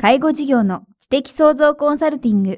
介護事業の知的創造コンサルティング。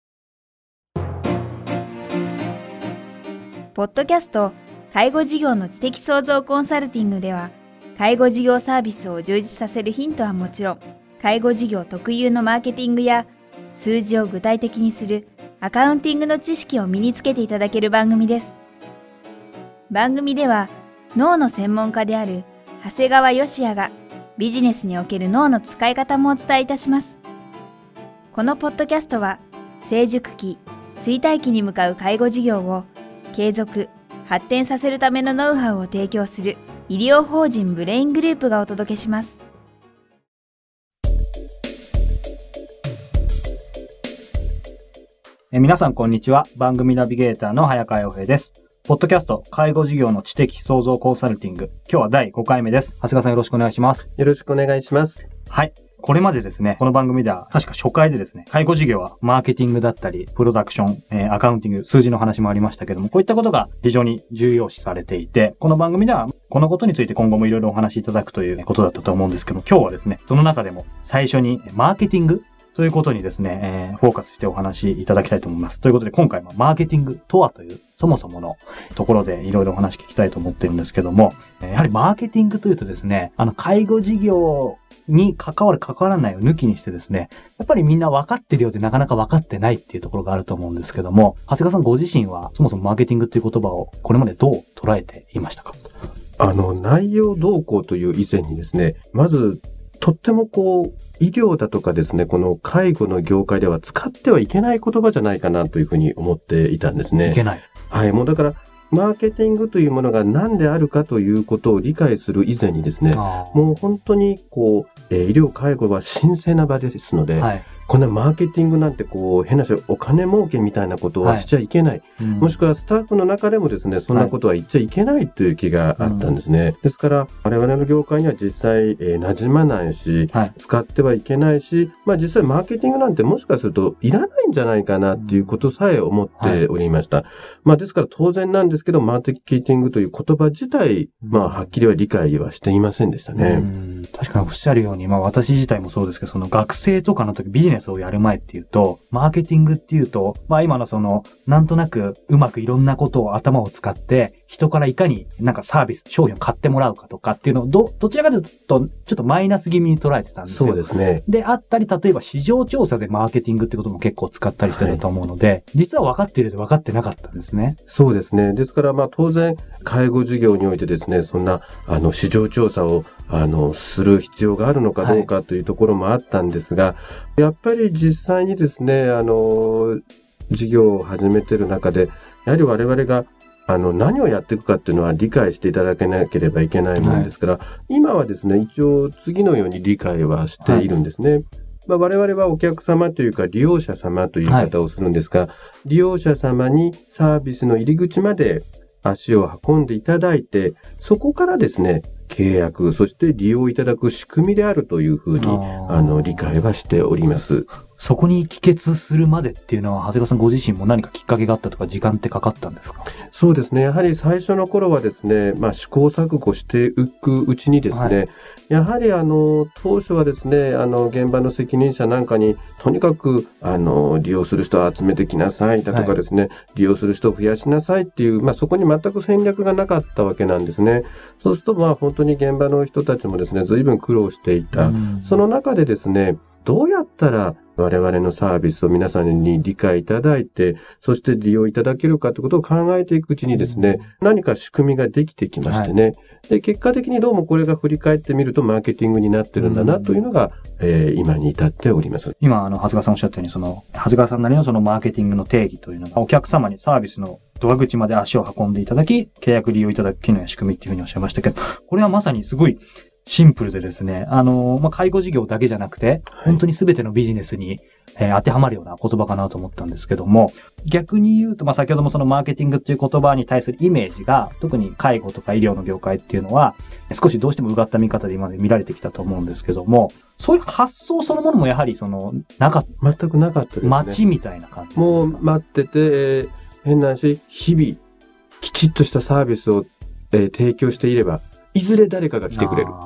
ポッドキャスト介護事業の知的創造コンサルティングでは、介護事業サービスを充実させるヒントはもちろん、介護事業特有のマーケティングや数字を具体的にするアカウンティングの知識を身につけていただける番組です。番組では脳の専門家である長谷川芳也がビジネスにおける脳の使い方もお伝えいたします。このポッドキャストは成熟期、衰退期に向かう介護事業を継続、発展させるためのノウハウを提供する医療法人ブレイングループがお届けします。 皆さんこんにちは。番組ナビゲーターの早川洋平です。ポッドキャスト介護事業の知的創造コンサルティング。今日は第5回目です。長谷川さんよろしくお願いします。 よろしくお願いします。 はい。これまでですね、この番組では確か初回でですね、介護事業はマーケティングだったり、プロダクション、アカウンティング、数字の話もありましたけども、こういったことが非常に重要視されていて、この番組ではこのことについて今後もいろいろお話しいただくということだったと思うんですけども、今日はですね、その中でも最初にマーケティングということにですね、フォーカスしてお話しいただきたいと思います。ということで今回はマーケティングとはというそもそものところでいろいろお話聞きたいと思ってるんですけども、やはりマーケティングというとですね、介護事業に関わる関わらないを抜きにしてですね、やっぱりみんな分かってるようでなかなか分かってないっていうところがあると思うんですけども、長谷川さんご自身はそもそもマーケティングという言葉をこれまでどう捉えていましたか？ 内容動向という以前にですね、まずとっても医療だとかですね、この介護の業界では使ってはいけない言葉じゃないかなというふうに思っていたんですね。 いけない。 はい、もうだからマーケティングというものが何であるかということを理解する以前にですね、もう本当に医療介護は神聖な場ですので、はい、こんなマーケティングなんて変なお金儲けみたいなことはしちゃいけない、はいもしくはスタッフの中でもですね、そんなことは言っちゃいけないという気があったんですね。ですから我々の業界には実際、馴染まないし、はい、使ってはいけないし、実際マーケティングなんてもしかするといらないんじゃないかなっていうことさえ思っておりました。はい、ですから当然なんですけど、マーケティングという言葉自体、はっきりは理解はしていませんでしたね。 確かにおっしゃるように、私自体もそうですけど、その学生とかの時ビジネスをやる前っていうと、マーケティングっていうと、今のなんとなくうまくいろんなことを頭を使って、人からいかにサービス、商品を買ってもらうかとかっていうのをどちらかというと、ちょっとマイナス気味に捉えてたんですよ。 そうですね。 で、あったり、例えば市場調査でマーケティングってことも結構使ったりしてたと思うので、実は分かっているようで分かってなかったんですね。 そうですね。ですから当然、介護事業においてですね、そんな、市場調査をする必要があるのかどうかというところもあったんですが、やっぱり実際にですね、事業を始めている中で、やはり我々が何をやっていくかっていうのは理解していただけなければいけないものですから、今はですね、一応次のように理解はしているんですね。我々はお客様というか利用者様という言い方をするんですが、利用者様にサービスの入り口まで足を運んでいただいて、そこからですね、契約、そして利用いただく仕組みであるというふうに理解はしております。 そこに帰結するまでっていうのは、長谷川さんご自身も何かきっかけがあったとか、時間ってかかったんですか？ そうですね。やはり最初の頃はですね、試行錯誤していくうちにですね、やはり当初はですね、現場の責任者なんかに、とにかく利用する人を集めてきなさいだとかですね、利用する人を増やしなさいっていう、そこに全く戦略がなかったわけなんですね。そうすると本当に現場の人たちもですね、随分苦労していた。その中でですね、どうやったら我々のサービスを皆さんに理解いただいて、そして利用いただけるかということを考えていくうちにですね、何か仕組みができてきましてね。で、結果的にどうもこれが振り返ってみるとマーケティングになってるんだなというのが、今に至っております。 今、長谷川さんおっしゃったように、長谷川さんなりのそのマーケティングの定義というのが、お客様にサービスのドア口まで足を運んでいただき、契約利用いただく機能や仕組みっていうふうにおっしゃいましたけど、これはまさにすごいシンプルでですね、介護事業だけじゃなくて、本当に全てのビジネスに、当てはまるような言葉かなと思ったんですけども、逆に言うと、先ほどもそのマーケティングっていう言葉に対するイメージが、特に介護とか医療の業界っていうのは、少しどうしてもうがった見方で今まで見られてきたと思うんですけども、そういう発想そのものもやはりなかった。 全くなかったですね。 待ちみたいな感じですか？ もう待ってて、変な話、日々、きちっとしたサービスを、提供していれば、いずれ誰かが来てくれる。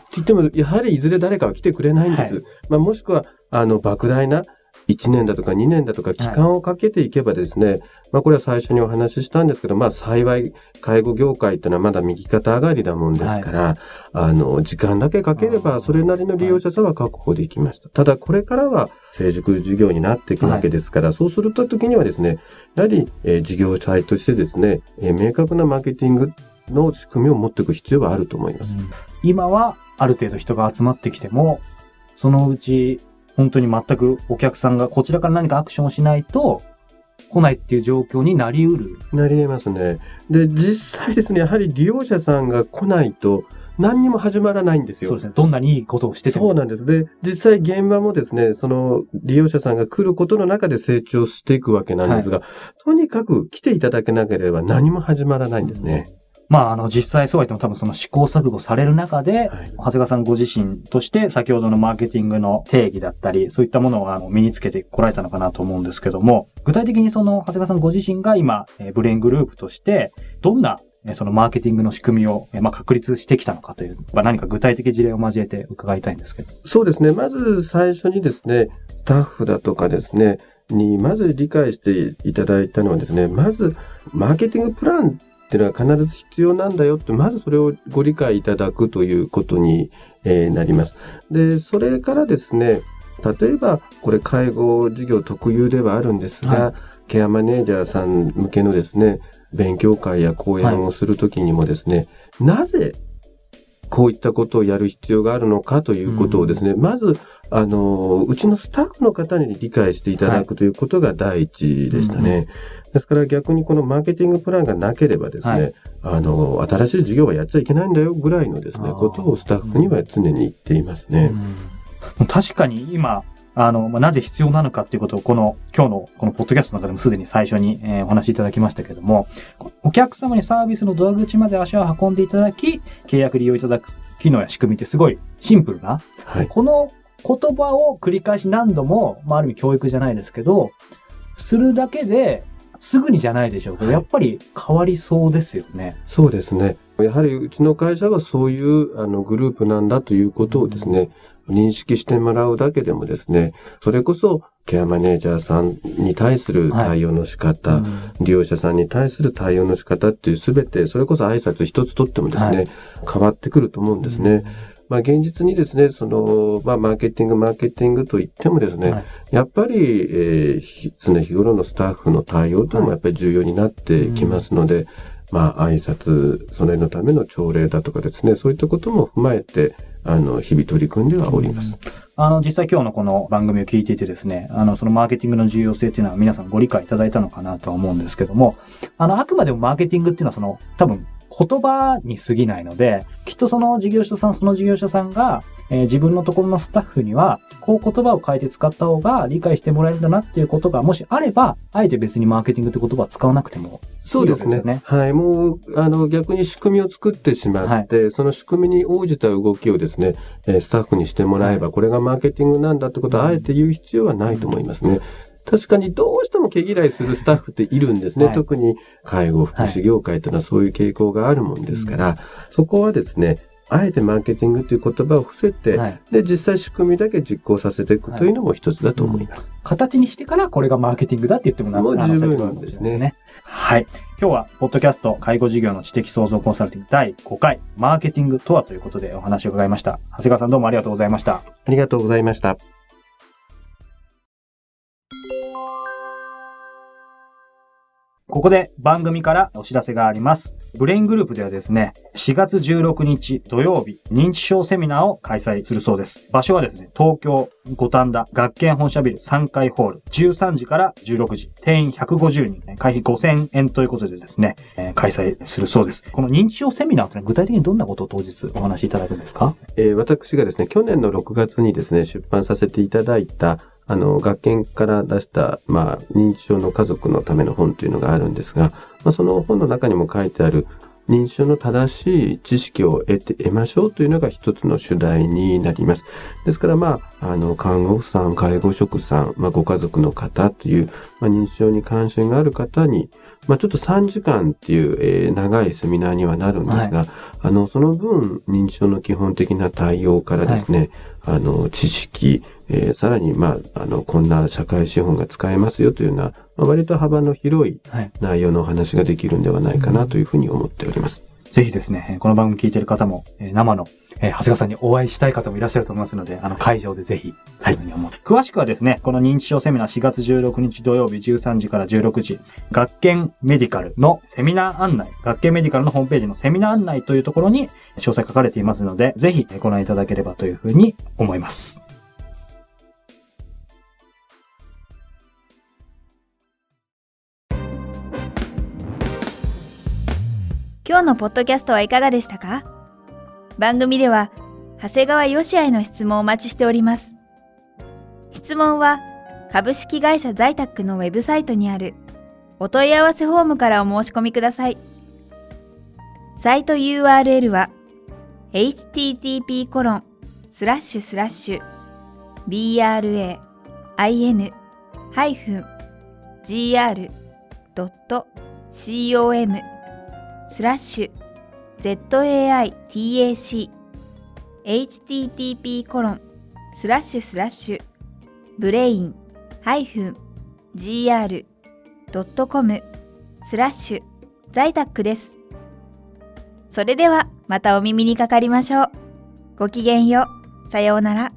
言っても、やはりいずれ誰かは来てくれないんです。もしくは、莫大な1年だとか2年だとか期間をかけていけばですね、これは最初にお話ししたんですけど、幸い、介護業界っていうのはまだ右肩上がりだもんですから、時間だけかければ、それなりの利用者さんは確保できました。ただ、これからは成熟事業になっていくわけですから、そうすると時にはですね、やはり、事業体としてですね、明確なマーケティングの仕組みを持っていく必要はあると思います。 今は、ある程度人が集まってきても、そのうち、本当に全くお客さんがこちらから何かアクションをしないと来ないっていう状況になり得る。 なり得ますね。で、実際ですね、やはり利用者さんが来ないと何にも始まらないんですよ。 そうですね。どんなにいいことをしてても。 そうなんです。で、実際現場もですね、その利用者さんが来ることの中で成長していくわけなんですが、とにかく来ていただけなければ何も始まらないんですね。 実際そうは言っても多分その試行錯誤される中で、長谷川さんご自身として先ほどのマーケティングの定義だったり、そういったものを身につけてこられたのかなと思うんですけども、具体的にその長谷川さんご自身が今、ブレイングループとして、どんなそのマーケティングの仕組みを確立してきたのかという、何か具体的事例を交えて伺いたいんですけど。 そうですね。まず最初にですね、スタッフだとかですね、にまず理解していただいたのはですね、まずマーケティングプランっていうのは必ず必要なんだよって、まずそれをご理解いただくということに、なります。で、それからですね、例えばこれ介護事業特有ではあるんですが、ケアマネージャーさん向けのですね、勉強会や講演をするときにもですね、なぜこういったことをやる必要があるのかということをですね、まずうちのスタッフの方に理解していただくということが第一でしたね。ですから逆にこのマーケティングプランがなければですね、新しい事業はやっちゃいけないんだよぐらいのですね、ことをスタッフには常に言っていますね。 確かに今、なぜ必要なのかっていうことを今日のこのポッドキャストの中でもすでに最初に、お話しいただきましたけども、お客様にサービスのドア口まで足を運んでいただき、契約利用いただく機能や仕組みってすごいシンプルな、この言葉を繰り返し何度も、ある意味教育じゃないですけど、するだけですぐにじゃないでしょうけど、やっぱり変わりそうですよね。 そうですね。やはりうちの会社はそういうグループなんだということをですね、認識してもらうだけでもですね、それこそケアマネージャーさんに対する対応の仕方、利用者さんに対する対応の仕方っていうすべて、それこそ挨拶一つとってもですね、変わってくると思うんですね。現実にですね、マーケティングと言ってもですね、やっぱり、常日頃のスタッフの対応というのもやっぱり重要になってきますので、挨拶、それのための朝礼だとかですね、そういったことも踏まえて、日々取り組んではおります。 実際今日のこの番組を聞いていてですね、そのマーケティングの重要性っていうのは皆さんご理解いただいたのかなとは思うんですけども、あくまでもマーケティングっていうのは多分、言葉に過ぎないので、きっとその事業者さんが、自分のところのスタッフには、こう言葉を変えて使った方が理解してもらえるんだなっていうことがもしあれば、あえて別にマーケティングって言葉は使わなくてもいいですよね。そうですね。 はい。もう、逆に仕組みを作ってしまって、その仕組みに応じた動きをですね、スタッフにしてもらえば、これがマーケティングなんだってことをあえて言う必要はないと思いますね。確かにどうしても毛嫌いするスタッフっているんですね。特に介護福祉業界というのはそういう傾向があるもんですから、そこはですね、あえてマーケティングという言葉を伏せて、で、実際仕組みだけ実行させていくというのも一つだと思います。 形にしてからこれがマーケティングだって言っても十分ですね。 はい。今日は、ポッドキャスト介護事業の知的創造コンサルティング第5回、マーケティングとはということでお話を伺いました。長谷川さんどうもありがとうございました。 ありがとうございました。 ここで番組からお知らせがあります。ブレイングループではですね、4月16日土曜日、認知症セミナーを開催するそうです。場所はですね、東京五反田学研本社ビル3階ホール、13時から16時、定員150人、会費5000円ということでですね、開催するそうです。この認知症セミナーというのは具体的にどんなことを当日お話しいただくんですか？ 私がですね、去年の6月にですね、出版させていただいた学研から出した、認知症の家族のための本というのがあるんですが、その本の中にも書いてある、 認知症の正しい知識を得ましょうというのが一つの主題になります。ですから、看護婦さん、介護職さん、ご家族の方という、認知症に関心がある方に、ちょっと3時間っていう、長いセミナーにはなるんですが、その分、認知症の基本的な対応からですね、知識、さらに、こんな社会資本が使えますよというような、割と幅の広い内容のお話ができるんではないかなというふうに思っております。 ぜひですね、この番組聞いている方も、生の、長谷川さんにお会いしたい方もいらっしゃると思いますので、会場でぜひ、詳しくはですね、この認知症セミナー4月16日土曜日13時から16時、学研メディカルのセミナー案内、学研メディカルのホームページのセミナー案内というところに詳細書かれていますので、ぜひご覧いただければというふうに思います。 今日のポッドキャストはいかがでしたか？番組では長谷川よしあへの質問をお待ちしております。質問は株式会社在宅のウェブサイトにあるお問い合わせフォームからお申し込みください。サイト URL は brain-brain-gr.com/在宅です。それではまたお耳にかかりましょう。ごきげんよう。さようなら。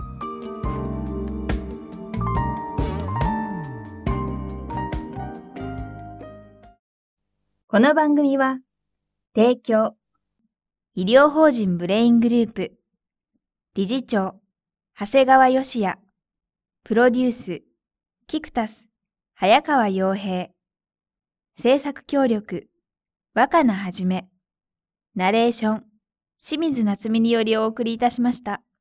この番組は提供医療法人ブレイングループ理事長長谷川芳也プロデュースキクタス早川洋平制作協力若菜はじめナレーション清水夏美によりお送りいたしました。